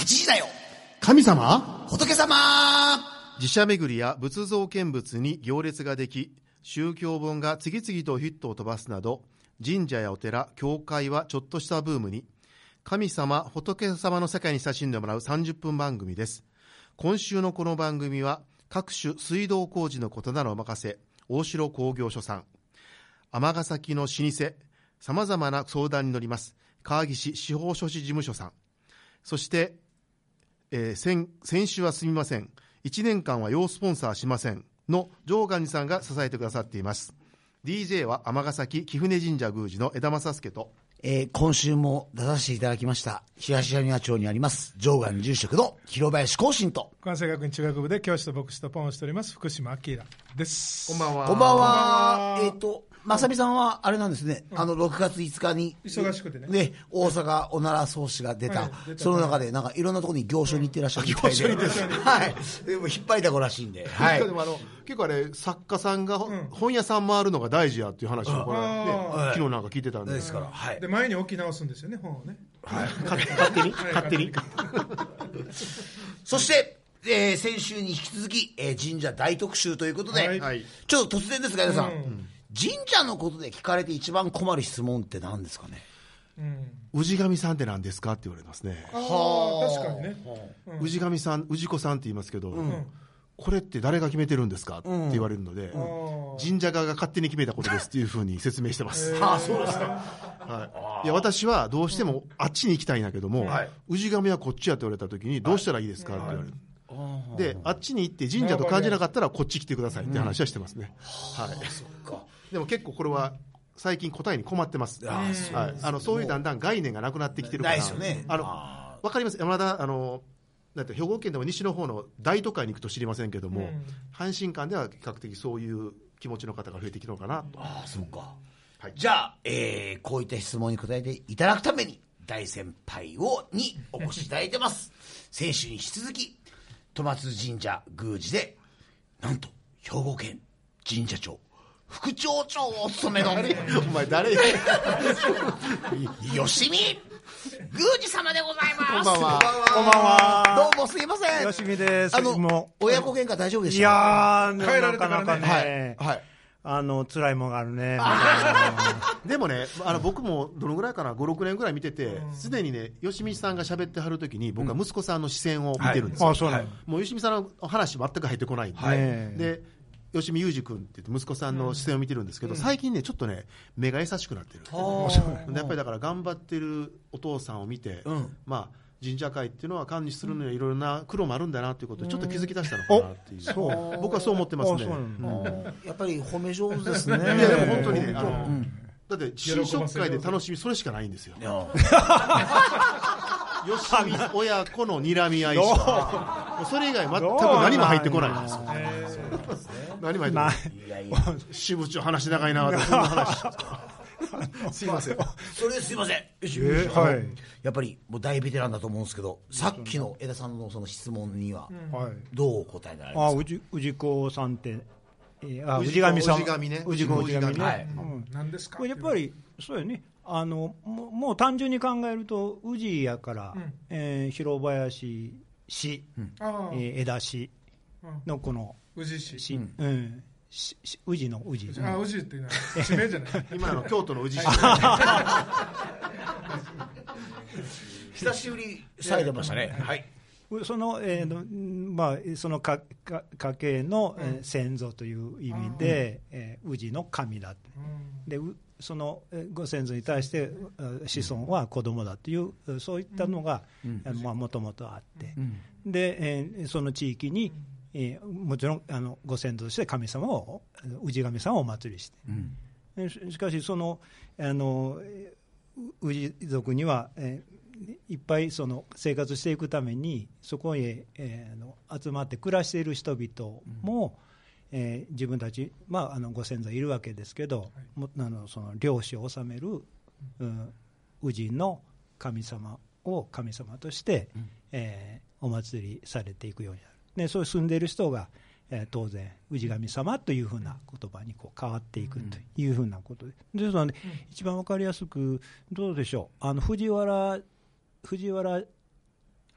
8時だよ神様仏様。 寺社巡りや仏像見物に行列ができ、宗教本が次々とヒットを飛ばすなど、神社やお寺、教会はちょっとしたブームに。神様、仏様の世界に親しんでもらう30分番組です。今週のこの番組は、各種水道工事のことならお任せ、大城工業所さん。尼崎の老舗、さまざまな相談に乗ります、川岸司法書士事務所さん。そして、先週はすみません、1年間は要スポンサーしませんの上岸さんが支えてくださっています。 DJ は尼崎貴船神社宮司の枝正助と、 今週も出させていただきました東谷町にあります上岸住職の広林光信と、 関西学院中学部で教師と牧師とポンをしております福島明です。 こんばんは。 こんばんは。正美さんはあれなんですね、6月5日に忙しくてね、 大阪おなら創始が出た、その中でなんかいろんなところに行商に行ってらっしゃるみたいで、はい、でも引っ張りだこらしいんで、はい、 でも結構あれ作家さんが本屋さん回るのが大事やっていう話をこれ、昨日なんか聞いてたんで、 ですから、はい、 で前に置き直すんですよね、本をね、 はい、 勝手にそして、先週に引き続き、神社大特集ということで、 はい、 ちょっと突然ですが皆さん、神社のことで聞かれて一番困る質問って何ですかね。 氏神さんって何ですかって言われますね。 確かにね、 氏神さん、氏子さんって言いますけど、これって誰が決めてるんですかって言われるので、神社側が勝手に決めたことですっていうふうに説明してます。 そうですか。 はい、いや私はどうしてもあっちに行きたいんだけども、氏神はこっちやって言われた時にどうしたらいいですかって言われる。であっちに行って神社と感じなかったらこっち来てくださいって話はしてますね。はい、そっか。でも結構これは最近答えに困ってます。そういうだんだん概念がなくなってきてるから。ないですよね。わかります。まだだって兵庫県でも西の方の大都会に行くと知りませんけども、阪神間では比較的そういう気持ちの方が増えてきたのかなと。 そうか。はい、じゃあ、こういった質問に答えていただくために大先輩にお越しいただいてます。先週に引き続き戸松神社宮司でなんと兵庫県神社庁副町長をお務めのお前誰吉見宮司様でございます。 こんばんは。 こんばんは。 どうもすいません。 吉見です。 親子喧嘩大丈夫でした？ いやー、 なかなかね、 はい、 辛いものがあるね。 でもね、僕もどのぐらいかな、5、6年ぐらい見てて、すでにね、吉見さんが喋ってはるときに、僕は息子さんの視線を見てるんですよ。もう吉見さんの話全く入ってこないんで、で吉見裕二君って言って息子さんの視線を見てるんですけど、最近ねちょっとね目が優しくなってる。やっぱりだから頑張ってるお父さんを見て、まあ神社会っていうのは管理するのにはいろいろな苦労もあるんだなということでちょっと気づき出したのかなっていう、僕はそう思ってますね。 やっぱり褒め上手ですね。 いやでも本当にね、だって新食会で楽しみそれしかないんですよ。吉見親子の睨み合いしかそれ以外全く何も入ってこないんですよ。何も入ってこない。支部長話長いなってそんな話すいません。 それすいません。やっぱりもう大ベテランだと思うんですけど、さっきの枝さんのその質問にはどう答えられますか？ 氏子さんって氏神さん、氏神ね。 何ですか？ やっぱりそうよね。もう単純に考えると氏やから、広林氏、枝氏のこの氏氏、 氏の氏。 氏っていうのは地名じゃない。 今の京都の氏氏。 久しぶりされてましたね。はい。 そのその家系の先祖という意味で氏の神だ。でそのご先祖に対して子孫は子供だというそういったのがもともとあって、でその地域にもちろんご先祖として神様を氏神様をお祭りして、しかしその氏族にはいっぱいその生活していくためにそこへ集まって暮らしている人々も、自分たち、ご先祖いるわけですけど、その領主を治める氏の神様を神様として、お祭りされていくようになる。でそう住んでいる人が、当然氏神様というふうな言葉に変わっていくというふうなことで、ですので、一番わかりやすくどうでしょう、藤原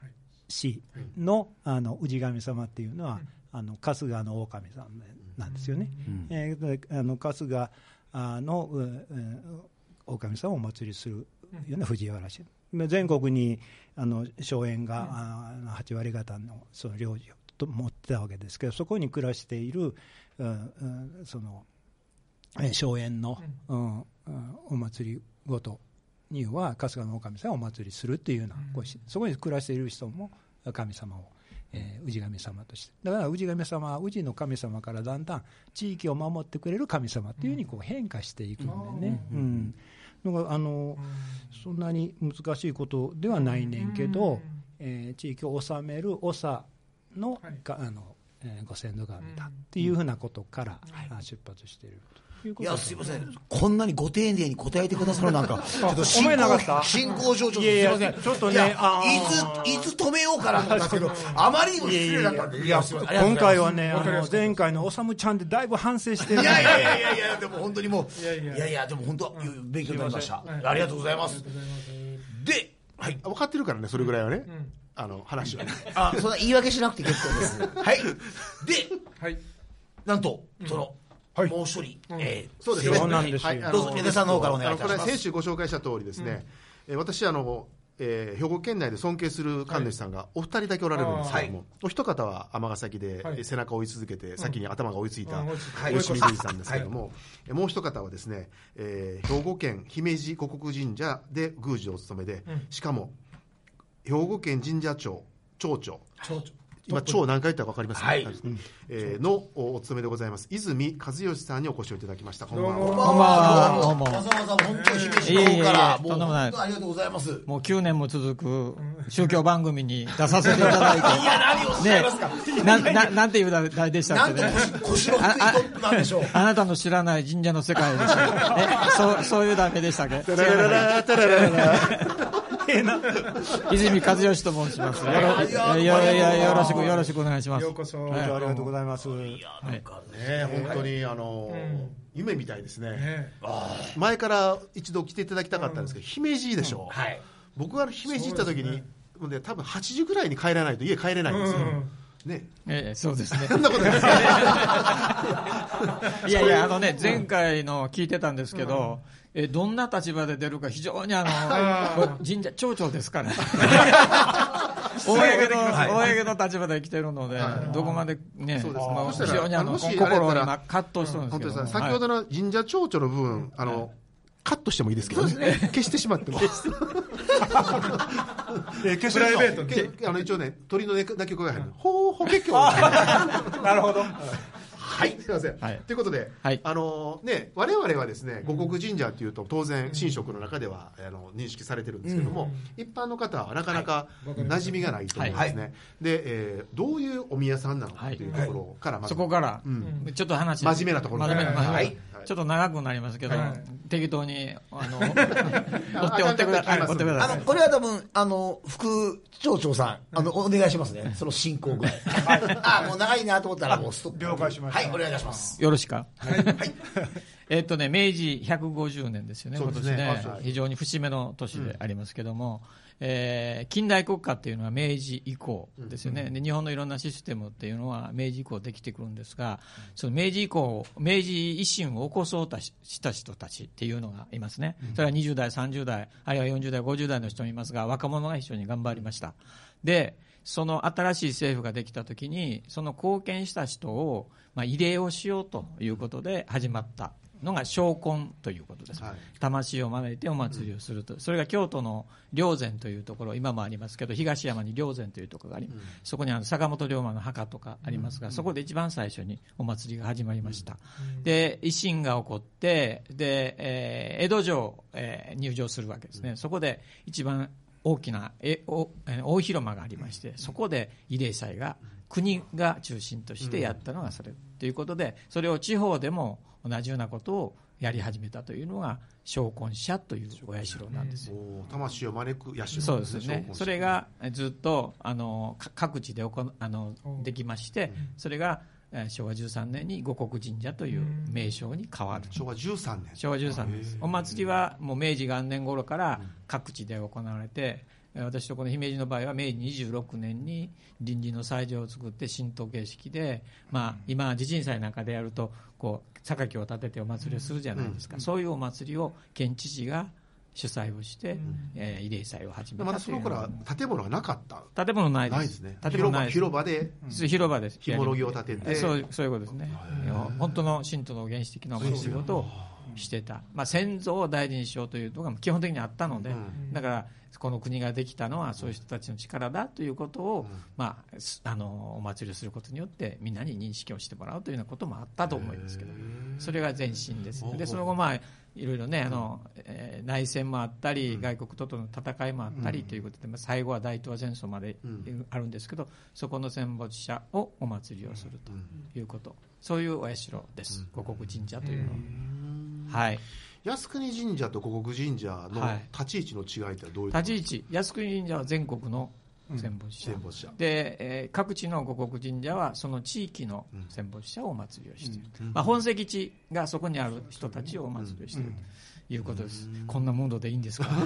市の氏神様っていうのは春日の狼さんなんですよね。春日の狼さんをお祭りするような藤原氏、全国に荘園が8割方のその領事を持ってたわけですけど、そこに暮らしているその荘園のお祭りごとには春日の狼さんをお祭りするっていうような、そこに暮らしている人も神様を氏神様として、だから氏神様は氏の神様からだんだん地域を守ってくれる神様っていうふうに変化していくんでね、だからそんなに難しいことではないねんけど、地域を治める長の、ご先祖神だっていうふうなことから出発しているということ。 いや、すいません、こんなにご丁寧に答えてくださるなんかちょっと進行上ちょっとすいません、 ちょっとね、 いつ止めようかなと思ったんですけど、あまりにも失礼だったんで、 今回はね、前回のおさむちゃんでだいぶ反省してる。 いやでも本当にもういやでも本当勉強になりました。ありがとうございます。で、 分かってるからね、それぐらいはね、話はね。 そんな言い訳しなくて結構です。はい。で、なんとそのもう一人、 そうですね。 そうなんですよ。 どうぞ江田さんの方からお願いいたします。 これ先週ご紹介した通りですね、私兵庫県内で尊敬する神主さんがお二人だけおられるんですけども、お一方は尼崎で背中を追い続けて先に頭が追いついた吉見宮司さんですけども、もう一方はですね、兵庫県姫路護国神社で宮司をお務めで、しかも兵庫県神社庁長今長何回言ったか分かりますか、のお務めでございます泉和義さんにお越しをいただきました。こんばんは。どうもわざわざ本当に姫路の方からもうありがとうございます。 もう9年も続く宗教番組に出させていただいていや、何をおっしゃいますか。 なんていう題でしたっけね。 腰の低いトップなんでしょう。 あなたの知らない神社の世界でしたそういう題名でしたっけ。泉和義と申します。よろしくお願いします。 ようこそ、ありがとうございます。 いや、なんかね、本当に夢みたいですね。前から一度来ていただきたかったんですけど、姫路でしょ。僕が姫路行った時に多分8時ぐらいに帰らないと家帰れないんですよ。ね、 そうですね。 そんなことないですいや前回の聞いてたんですけど、どんな立場で出るか非常に神社町長ですから公の立場で来てるので、どこまでね、非常に心に葛藤してるんですけど、 先ほどの神社町長の部分カットしてもいいですけどね、消してしまってもプライベート一応ね、鳥の鳴き声が入るほ結構なるほど。 はい、すいません。ということで、我々はですね、護国神社というと当然神職の中では認識されてるんですけども、一般の方はなかなか馴染みがないと思うんですね。で、どういうお宮さんなのかというところからまず、 そこからちょっと話真面目なところから、 ちょっと長くなりますけど、適当に追ってください。 これは多分副町長さんお願いしますね。その進行ぐらい。もう長いなと思ったらもうストップ。 了解しました。 はい、お願いいたします。 よろしく。明治150年ですよね、今年ね。非常に節目の年でありますけども、近代国家っていうのは明治以降ですよね。で、日本のいろんなシステムっていうのは明治以降できてくるんですが、その明治以降、明治維新を起こそうとした人たちっていうのがいますね。それは20代、30代、あるいは40代、50代の人もいますが、若者が非常に頑張りました。で、その新しい政府ができたときに、その貢献した人を、慰霊をしようということで始まったのが昇魂ということです。魂を招いてお祭りをすると。それが京都の霊山というところ、今もありますけど、東山に霊山というところがあり、そこに坂本龍馬の墓とかありますが、そこで一番最初にお祭りが始まりました。で、維新が起こって、で、江戸城、入城するわけですね。そこで一番大きな大広間がありまして、そこで慰霊祭が国が中心としてやったのがそれということで、それを地方でも同じようなことをやり始めたというのが昇魂社というお社なんですよ。 魂を招く社。 そうですね。それがずっと各地でできまして、それが昭和13年に護国神社という名称に変わる。 昭和13年。 昭和13年です。お祭りはもう明治元年頃から各地で行われて、 私とこの姫路の場合は明治26年に臨時の斎場を作って神道形式で、今地鎮祭なんかでやるとこう榊を立ててお祭りをするじゃないですか、そういうお祭りを県知事が主催をして、慰霊祭を始めたという。 まだその頃は建物はなかった。 建物ないです。 ないですね。 建物ないです。 広場で。 広場です。 ひもろぎを立てて。 そういうことですね。本当の神道の原始的なお仕事をしてた。先祖を大事にしようというのが基本的にあったので、だからこの国ができたのはそういう人たちの力だということを、お祭りをすることによってみんなに認識をしてもらうというようなこともあったと思いますけど、それが前進です。でその後いろいろね内戦もあったり外国との戦いもあったりということで、最後は大東亜戦争まであるんですけど、そこの戦没者をお祭りをするということ、そういうお社です、護国神社というのは。はい。 靖国神社と護国神社の立ち位置の違いってどういう立ち位置、靖国神社は全国の戦没者、で、各地の護国神社はその地域の戦没者をお祭りをしている、本籍地がそこにある人たちをお祭りをしているということです。こんなムードでいいんですか？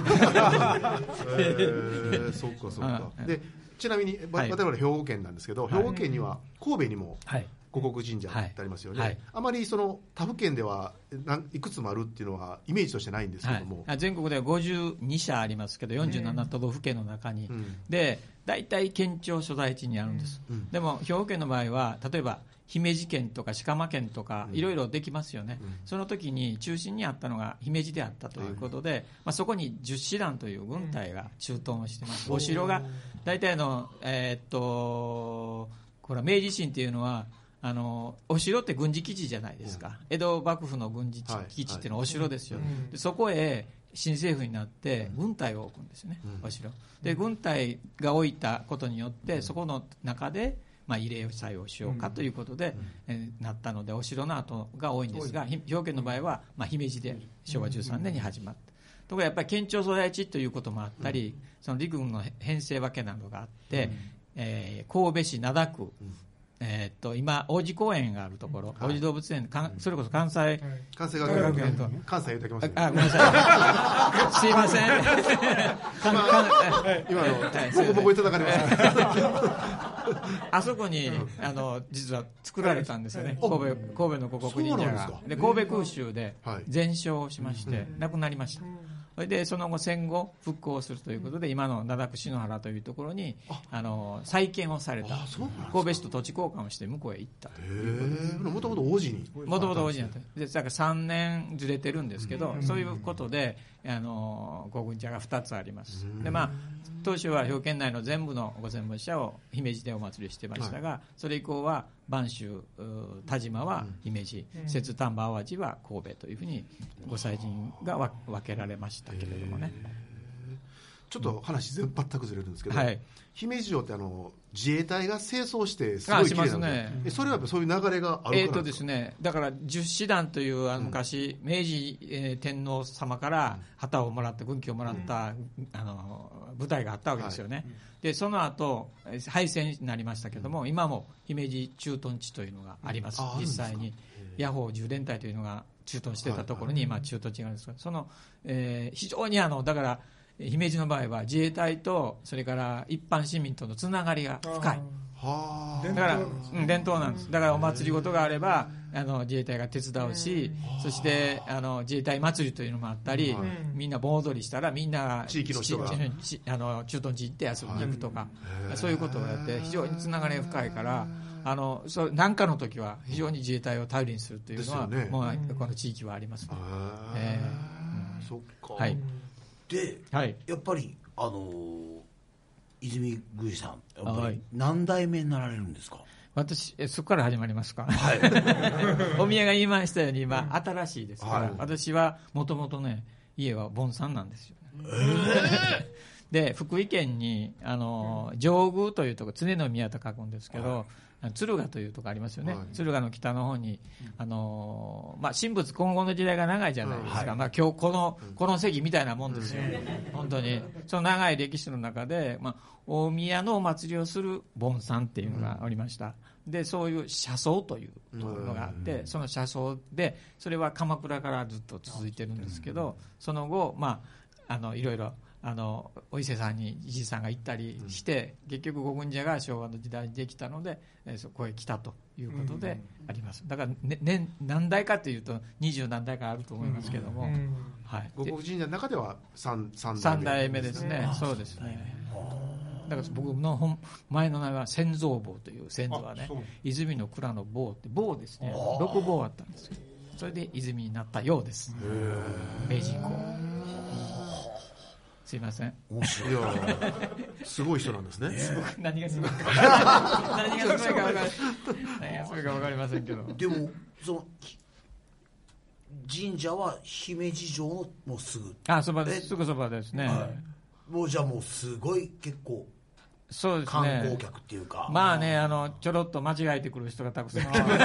そうか。でちなみに我々兵庫県なんですけど、兵庫県には神戸にも護国神社ってありますよね、あまりその他府県ではいくつもあるっていうのはイメージとしてないんですけども、 全国では52社ありますけど47都道府県の中に、で大体県庁所在地にあるんです、でも兵庫県の場合は例えば姫路県とか鹿間県とかいろいろできますよね、その時に中心にあったのが姫路であったということで、そこに10師団という軍隊が駐屯をしています、お城が大体これは明治維新というのはお城って軍事基地じゃないですか、江戸幕府の軍事基地っていうのはお城ですよ、でそこへ新政府になって軍隊を置くんですよね、お城で軍隊が置いたことによってそこの中で慰霊祭をしようかということで、なったのでお城の跡が多いんですが、兵庫県の場合は、姫路で昭和13年に始まった。ところがやっぱり県庁所在地ということもあったり、その陸軍の編成分けなどがあって、神戸市灘区、今王子公園があるところ、王子動物園、それこそ関西学園と関西言うときますよ。 ごめんなさい。すいません。 今の僕いただかれました。 あそこに実は作られたんですよね。神戸の護国神社が。で神戸空襲で全焼しまして亡くなりました。それでその後戦後復興するということで今の灘区篠原というところに再建をされた。神戸市と土地交換をして向こうへ行ったということで、 もともと王子にだから3年ずれてるんですけど、そういうことで護国神社が2つあります。で当初は兵庫県内の全部のご戦没者を姫路でお祭りしてましたが、それ以降は播州田島は姫路、摂津丹波淡路は神戸というふうにご祭神が分けられましたけれどもね。 ちょっと話全くずれるんですけど、姫路城って自衛隊が清掃してすごい綺麗なんで、それはそういう流れがあるからですか？ だから10師団という昔、明治天皇様から旗をもらって軍旗をもらった部隊があったわけですよね、でその後敗戦になりましたけども、今も姫路駐屯地というのがあります、実際に野砲充電隊というのが駐屯してたところに今駐屯地があるんですが、その、非常にだから姫路の場合は自衛隊とそれから一般市民とのつながりが深い。だから伝統なんです。だからお祭りごとがあれば自衛隊が手伝うし、そして自衛隊祭りというのもあったり、みんな盆踊りしたらみんな地域の人が駐屯地行って遊びに行くとか、そういうことをやって非常につながりが深いから、何かの時は非常に自衛隊を頼りにするというのは、もうこの地域はありますね。 そっか。 はい。 で、やっぱり泉宮司さん、やっぱり何代目になられるんですか？ 私そこから始まりますか。お宮が言いましたように今新しいですから、私はもともとね家は盆山なんですよね。で福井県に上宮というところ、常の宮と書くんですけど、敦賀というところありますよね、敦賀の北の方に神仏混合の時代が長いじゃないですか、今日この席みたいなもんですよ、本当にその長い歴史の中で、大宮のお祭りをする盆山っていうのがありました。でそういう車窓というのがあって、その車窓でそれは鎌倉からずっと続いてるんですけど、その後いろいろお伊勢さんにじいさんが行ったりして、結局御神社が昭和の時代にできたので、そこへ来たということであります。だから、何代かというと20何代かあると思いますけども、はい、 護国神社の中では 3代目ですね。そうですね。だから僕の前の名前は千蔵坊という先祖はね、泉の蔵の坊って坊ですね、6坊あったんですよ。それで泉になったようです、明治以降。すいません。 面白い。いやすごい人なんですね。 何がすごいか分かりませんけど。 でもその神社は姫路城のもうすぐ。 そばです。すぐそばですね。 もうじゃあもうすごい結構。 そうですね、 観光客っていうか、 まあね、ちょろっと間違えてくる人がたくさんい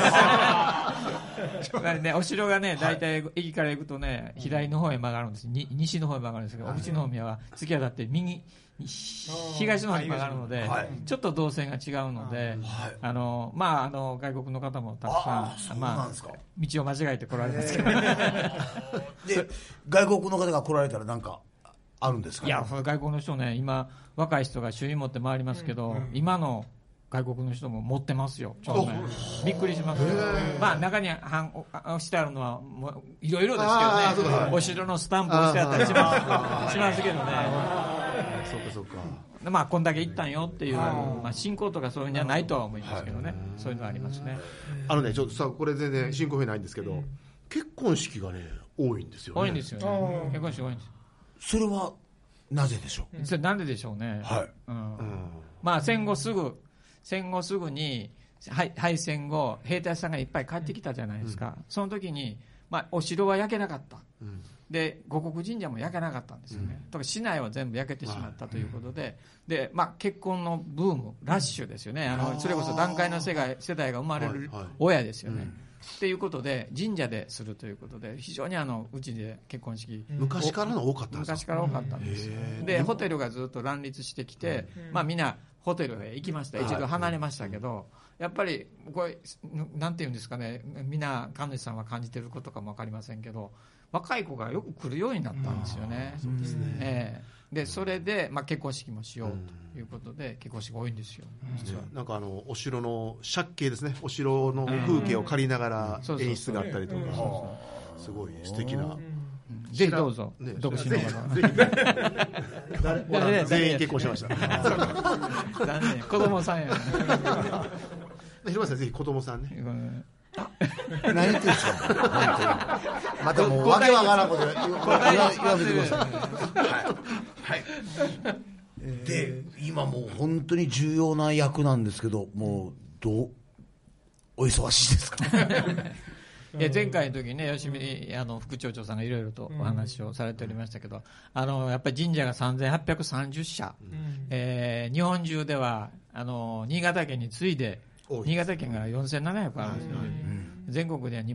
ますね、お城がね、大体駅から行くとね、左の方へ曲がるんです、西の方へ曲がるんですけど、内の宮は月はだって東の方に曲がるので、ちょっと動線が違うので、まあ、外国の方もたくさん、まあ、道を間違えて来られますけど、 で外国の方が来られたらなんかあるんですか、ね、 いや、外国の人ね、今若い人が周囲持って回りますけど、今の外国の人も持ってますよ、ちょうどね、びっくりしますよ。まあ、中にしてあるのはもういろいろですけどね、お城のスタンプをしてあったりしますけどね。 そうか。 まあ、こんだけ行ったんよっていう、まあ、信仰とかそういうんじゃないとは思いますけどね、そういうのはありますね。 ちょっとさ、これ全然信仰費ないんですけど、結婚式がね多いんですよね。 多いんですよね。結婚式多いんです。 それはなぜでしょう。 それなんででしょうね。まあ、戦後すぐに敗戦後兵隊さんがいっぱい帰ってきたじゃないですか。その時に、まあ、お城は焼けなかった。で護国神社も焼けなかったんですよね。だから市内は全部焼けてしまったということで、まあ、結婚のブームラッシュですよね。それこそ団塊の世代が生まれる親ですよね。っていうことで神社でするということで、非常にうちで結婚式昔からの多かったんですか。 昔から多かったんですよ。でホテルがずっと乱立してきて、まあ、みんなホテルへ行きました。一度離れましたけど、やっぱりこれなんていうんですかね、みんな神主さんは感じてることかも分かりませんけど、若い子がよく来るようになったんですよね。そうですね。でそれで、まあ、結婚式もしようということで、結婚式が多いんですよ、実は。 なんかお城の借景ですね、お城の風景を借りながら演出があったりとか、すごい素敵な。 ぜひどうぞ、独身の方全員結婚しました。 残念、子供さんや。 広松さん、ぜひ子供さんね。 何言ってるんですか。またもうわけわからんこと言わせてください。で今もう本当に重要な役なんですけど、もうお忙しいですか。 前回の時にね、吉見副町長さんがいろいろとお話をされておりましたけど、やっぱり神社が3830社、日本中では新潟県に次いで、新潟県が4700あるんですよ、全国では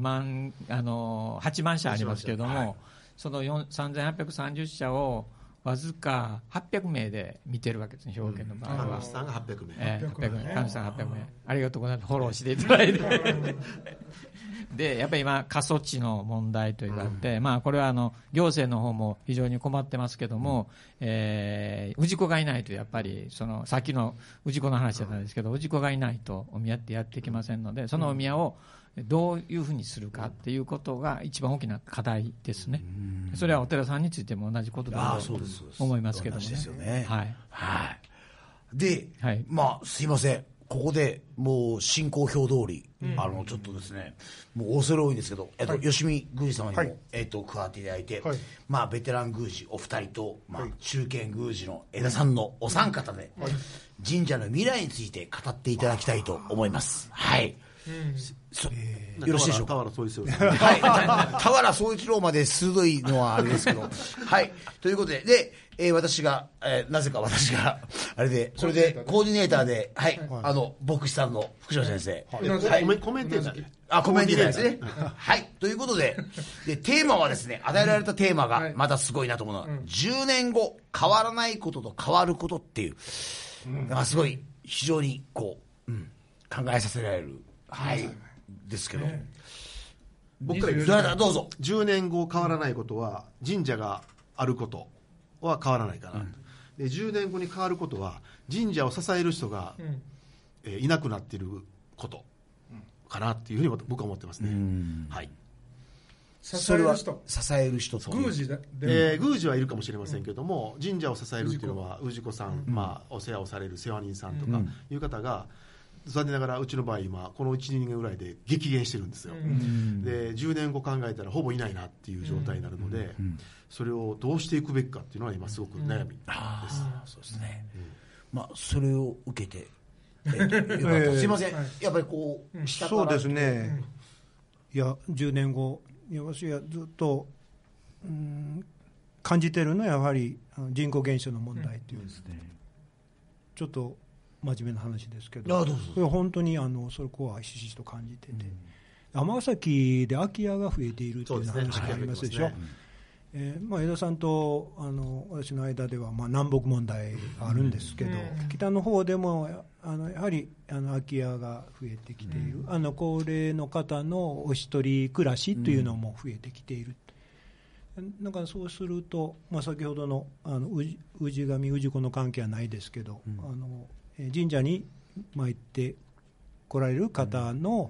8万社ありますけれども、その3830社をわずか800名で見てるわけですね、兵庫県の場合は。 神主さんが800名。 神主さんが800名。ありがとうございます。フォローしていただいて。で、やっぱり今、過疎地の問題というかあって、まあ、これは行政の方も非常に困ってますけども、氏子がいないと、やっぱり、さっきの氏子の話じゃないですけど、氏子がいないとお宮ってやっていけませんので、そのお宮をどういうふうにするかっていうことが一番大きな課題ですね。それはお寺さんについても同じことだと思いますけどもね。 で、まあ、すいません。ここでもう進行表通り、ちょっとですね、もう恐れ多いんですけど、吉見宮司様にも、加わっていただいて、まあ、ベテラン宮司お二人と、まあ、中堅宮司の江田さんのお三方で、神社の未来について語っていただきたいと思います。はい。よろしいでしょうか。 田原総一郎田原総一郎まで鋭いのはあれですけど、はい。ということで、私が、なぜか私が、あれで、それで、コーディネーターで、はい、牧師さんの福島先生。 コメンテーター。 コメンテーターですね。はい。ということで、テーマはですね、与えられたテーマが、またすごいなと思うのは、10年後、変わらないことと変わることっていう、すごい、非常に、考えさせられる、はい、ですけど。 僕から言うと、 どうぞ。 10年後変わらないことは、神社があることは変わらないかな、で10年後に変わることは神社を支える人が、いなくなっていることかなっていうふうに僕は思ってますね。はい、 支える人、 支える人と宮司で、 宮司はいるかもしれませんけども、神社を支えるっていうのは氏子さん、お世話をされる世話人さんとかいう方が、残念ながらうちの場合今この 1,2 年ぐらいで激減してるんですよ、で10年後考えたらほぼいないなっていう状態になるので、それをどうしていくべきかっていうのは今すごく悩みです。 そうですね、それを受けて、よかったすいません、やっぱりこう下からそうですね、いや10年後私はずっと、感じてるのはやはり人口減少の問題という、ちょっと真面目な話ですけど、本当にそこはひしひしと感じてて、尼崎で空き家が増えているという話がありますでしょ。江田さんと私の間では南北問題があるんですけど、北の方でもやはり空き家が増えてきている、高齢の方のお一人暮らしというのも増えてきている、なんかそうすると、先ほどの氏神氏子の関係はないですけど、神社に参って来られる方の、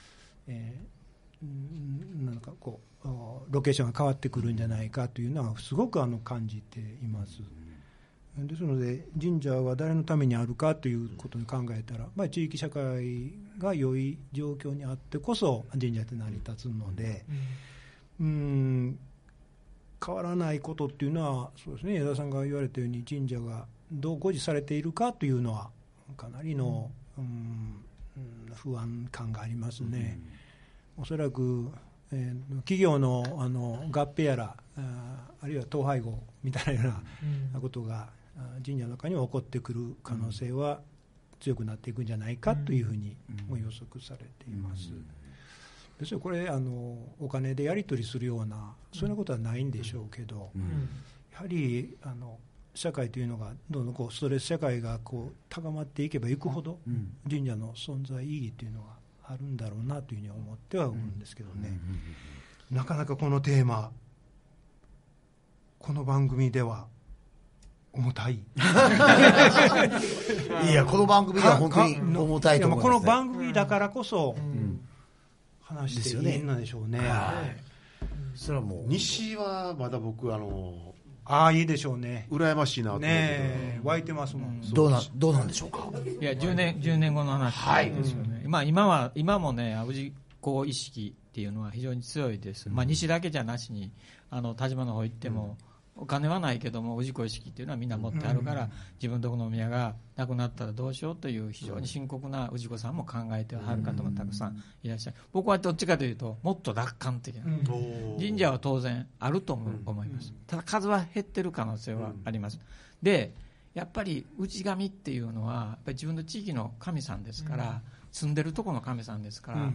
なんかこうロケーションが変わってくるんじゃないかというのはすごく感じています。ですので神社は誰のためにあるかということに考えたら、地域社会が良い状況にあってこそ神社って成り立つので、変わらないことっていうのはそうですね、江田さんが言われたように神社がどう護持されているかというのはかなりの、不安感がありますね。おそらく、企業の合併やら あるいは統廃合みたいなことが神社の中には起こってくる可能性は強くなっていくんじゃないかというふうにも予測されています。ですよこれお金でやり取りするようなそんなことはないんでしょうけど、やはり社会というのがどんどんストレス社会が高まっていけばいくほど、神社の存在意義というのがあるんだろうなというふうに思っては思うんですけどね、なかなかこのテーマこの番組では重たいいやこの番組では本当に重たいと思います、ね、 この番組だからこそ、話していいんでしょうね。 それはもう西はまだ僕いいでしょうね。 羨ましいなと思ってね、湧いてますもん。 どうなんでしょうか。 いや10年後の話ですよね。今もね氏子意識っていうのは非常に強いです。西だけじゃなしに田島の方行っても、お金はないけども氏子意識っていうのはみんな持ってあるから、自分のとこのお宮がなくなったらどうしようという非常に深刻な氏子さんも考えてはる方もたくさんいらっしゃる。僕はどっちかというともっと楽観的な、神社は当然あると思います。ただ数は減ってる可能性はあります。でやっぱり氏神っていうのはやっぱり自分の地域の神さんですから、住んでるとこの神さんですから、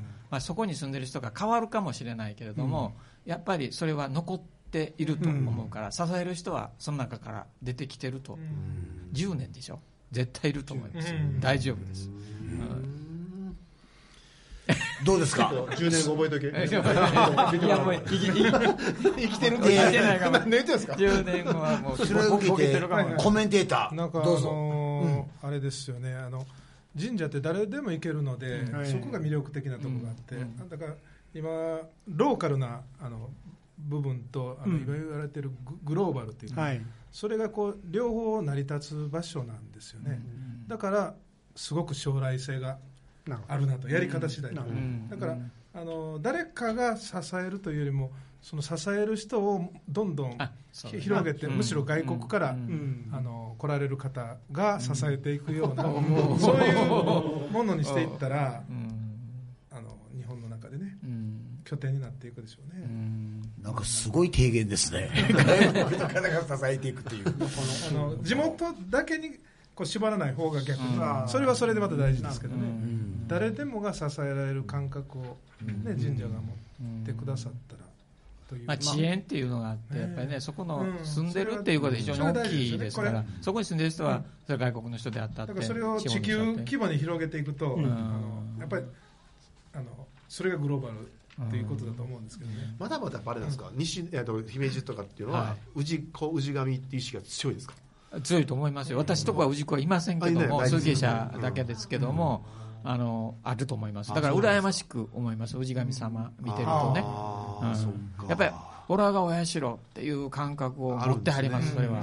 そこに住んでる人が変わるかもしれないけれども、やっぱりそれは残っていると思うから、支える人はその中から出てきてると、10年でしょ、絶対いると思います、大丈夫です、 どうですか。 10年後覚えとけ。 いやもう生きてるって言ってないかも。 何言ってんですか。 10年後はもうそれを受けてコメンテーターなんかどうぞ。 あれですよね、神社って誰でも行けるので、そこが魅力的なところがあって、だから今ローカルな部分といわゆられているグローバルというか、それが両方成り立つ場所なんですよね。だからすごく将来性があるなと、やり方次第で、だから誰かが支えるというよりもその支える人をどんどん広げて、むしろ外国から来られる方が支えていくような、そういうものにしていったら、日本の中でね、拠点になっていくでしょうね。 なんかすごい提言ですね。外国の方が支えていくっていう地元だけに縛らない方が逆に、それはそれでまた大事ですけどね、誰でもが支えられる感覚を、神社が持ってくださったらという、 遅延っていうのがあって、やっぱりね、そこの住んでるっていうことは非常に大きいですから、そこに住んでる人はそれ外国の人であったって、 だからそれを地球規模に広げていくと、やっぱりそれがグローバルっていうことだと思うんですけどね。 まだまだあれなんですか、姫路とかっていうのは、氏神っていう意識が強いですか？ 強いと思いますよ。私とこは氏子はいませんけども、崇敬者だけですけども、あると思います。だから羨ましく思います、氏神様見てるとね。やっぱりオラがお社っていう感覚を持ってはります。それは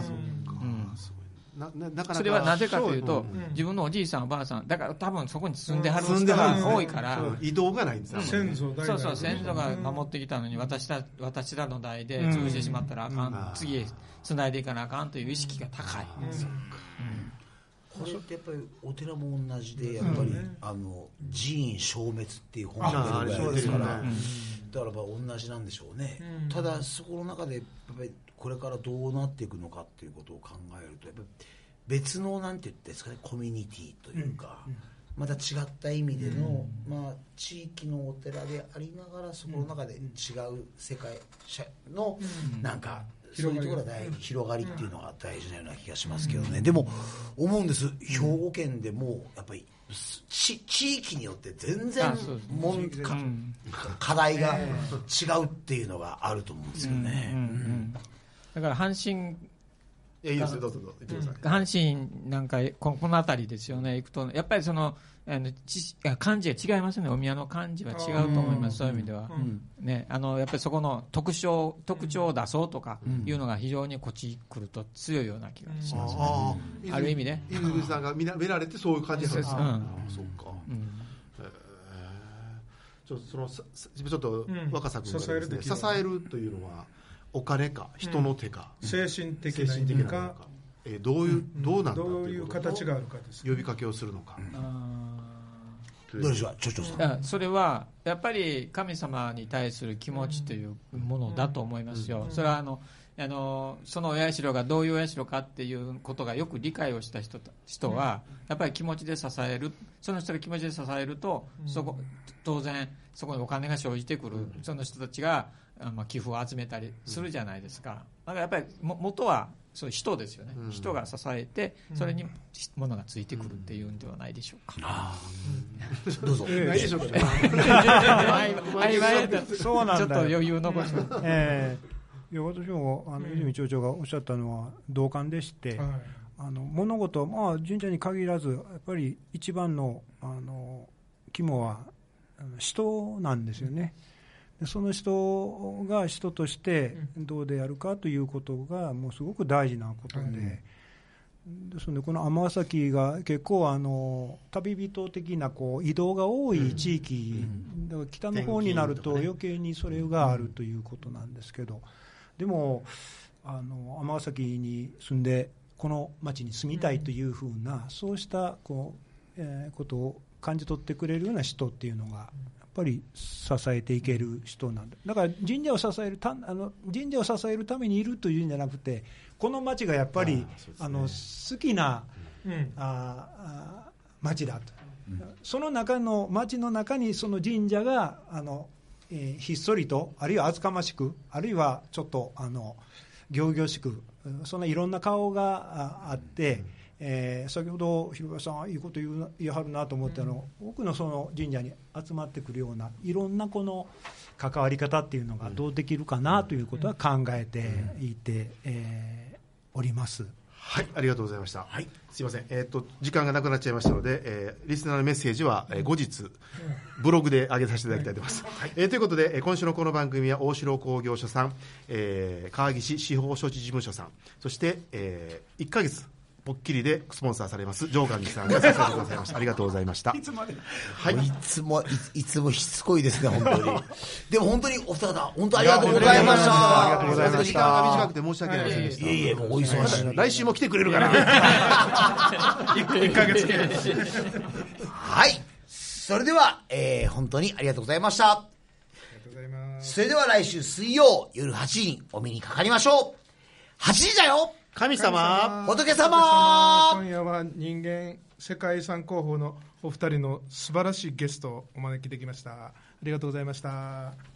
それはなぜかというと、自分のおじいさんおばあさんだから多分そこに住んではる人が多いから、 移動がないんですよ。 先祖が守ってきたのに、私らの代で潰してしまったらあかん、次へつないでいかなあかんという意識が高い。 これってやっぱりお寺も同じで、やっぱり寺院消滅っていう本が出るぐらいですから、だから同じなんでしょうね。ただそこの中でやっぱりこれからどうなっていくのかっていうことを考えると、やっぱり別のなんて言ってですかね、コミュニティというか、また違った意味での、地域のお寺でありながら、そこの中で違う世界のなんかそういうところが広がりっていうのが大事なような気がしますけどね。でも思うんです、兵庫県でもやっぱり地域によって全然課題が違うっていうのがあると思うんですよね。 だから阪神なんかこの辺りですよね、行くとやっぱりその漢字が違いますね。お宮の漢字は違うと思います。そういう意味では、やっぱりそこの特徴を出そうとかいうのが非常にこっち来ると強いような気がしますね。ある意味ね、 泉さんが見られてそういう感じなんですか。そうか。ちょっと若狭君がですね、支えるというのはお金か人の手か、 精神的な意味か、 どうなんだとどういう形があるかですね。 呼びかけをするのか。 どうでしょう、ちょさん。 それはやっぱり神様に対する気持ちというものだと思いますよ。それはそのお社がどういうお社かっていうことがよく理解をした人はやっぱり気持ちで支える、その人が気持ちで支えると、当然そこにお金が生じてくる、その人たちが寄付を集めたりするじゃないですか。だからやっぱり元はそういう人ですよね。人が支えてそれに物がついてくるっていうんではないでしょうか。 どうぞ。 ないでしょうか。 そうなんだ。 ちょっと余裕残します。 私も泉町長がおっしゃったのは同感でして、物事、神社に限らずやっぱり一番の肝は人なんですよね。その人が人としてどうであるかということがもうすごく大事なことで、ですのでこの尼崎が結構旅人的な移動が多い地域、だから北の方になると余計にそれがあるということなんですけど、でも尼崎に住んでこの町に住みたいというふうな、そうしたことを感じ取ってくれるような人っていうのがやっぱり支えていける人なんだ。だから神社を支えるためにいるというんじゃなくて、この町がやっぱり好きな町だと、その中の町の中にその神社がひっそりと、あるいは厚かましく、あるいはちょっと仰々しく、そんないろんな顔があって、先ほど広川さんいいこと言いはるなと思って多くのその神社に集まってくるようないろんなこの関わり方っていうのがどうできるかなということは考えていて、おります。 はい、ありがとうございました。すいません、時間がなくなっちゃいましたので、リスナーのメッセージは、後日ブログで上げさせていただきたいと思います。ということで、今週のこの番組は大城工業所さん、川岸司法書士事務所さん、そして、1ヶ月ポッキリでスポンサーされます上上さんが支えてくださいました。ありがとうございました。 いつまで、いつもしつこいですね、本当に。でも本当にお二方本当ありがとうございました。 ありがとうございました。時間が短くて申し訳ありませんでした。 いえ、もうお忙しい。 来週も来てくれるかな。 1ヶ月はい、それでは、本当にありがとうございました。 ありがとうございます。 それでは来週水曜夜8時にお目にかかりましょう。8時だよ、 神様、 仏様。 今夜は人間世界遺産候補のお二人の素晴らしいゲストをお招きできました。ありがとうございました。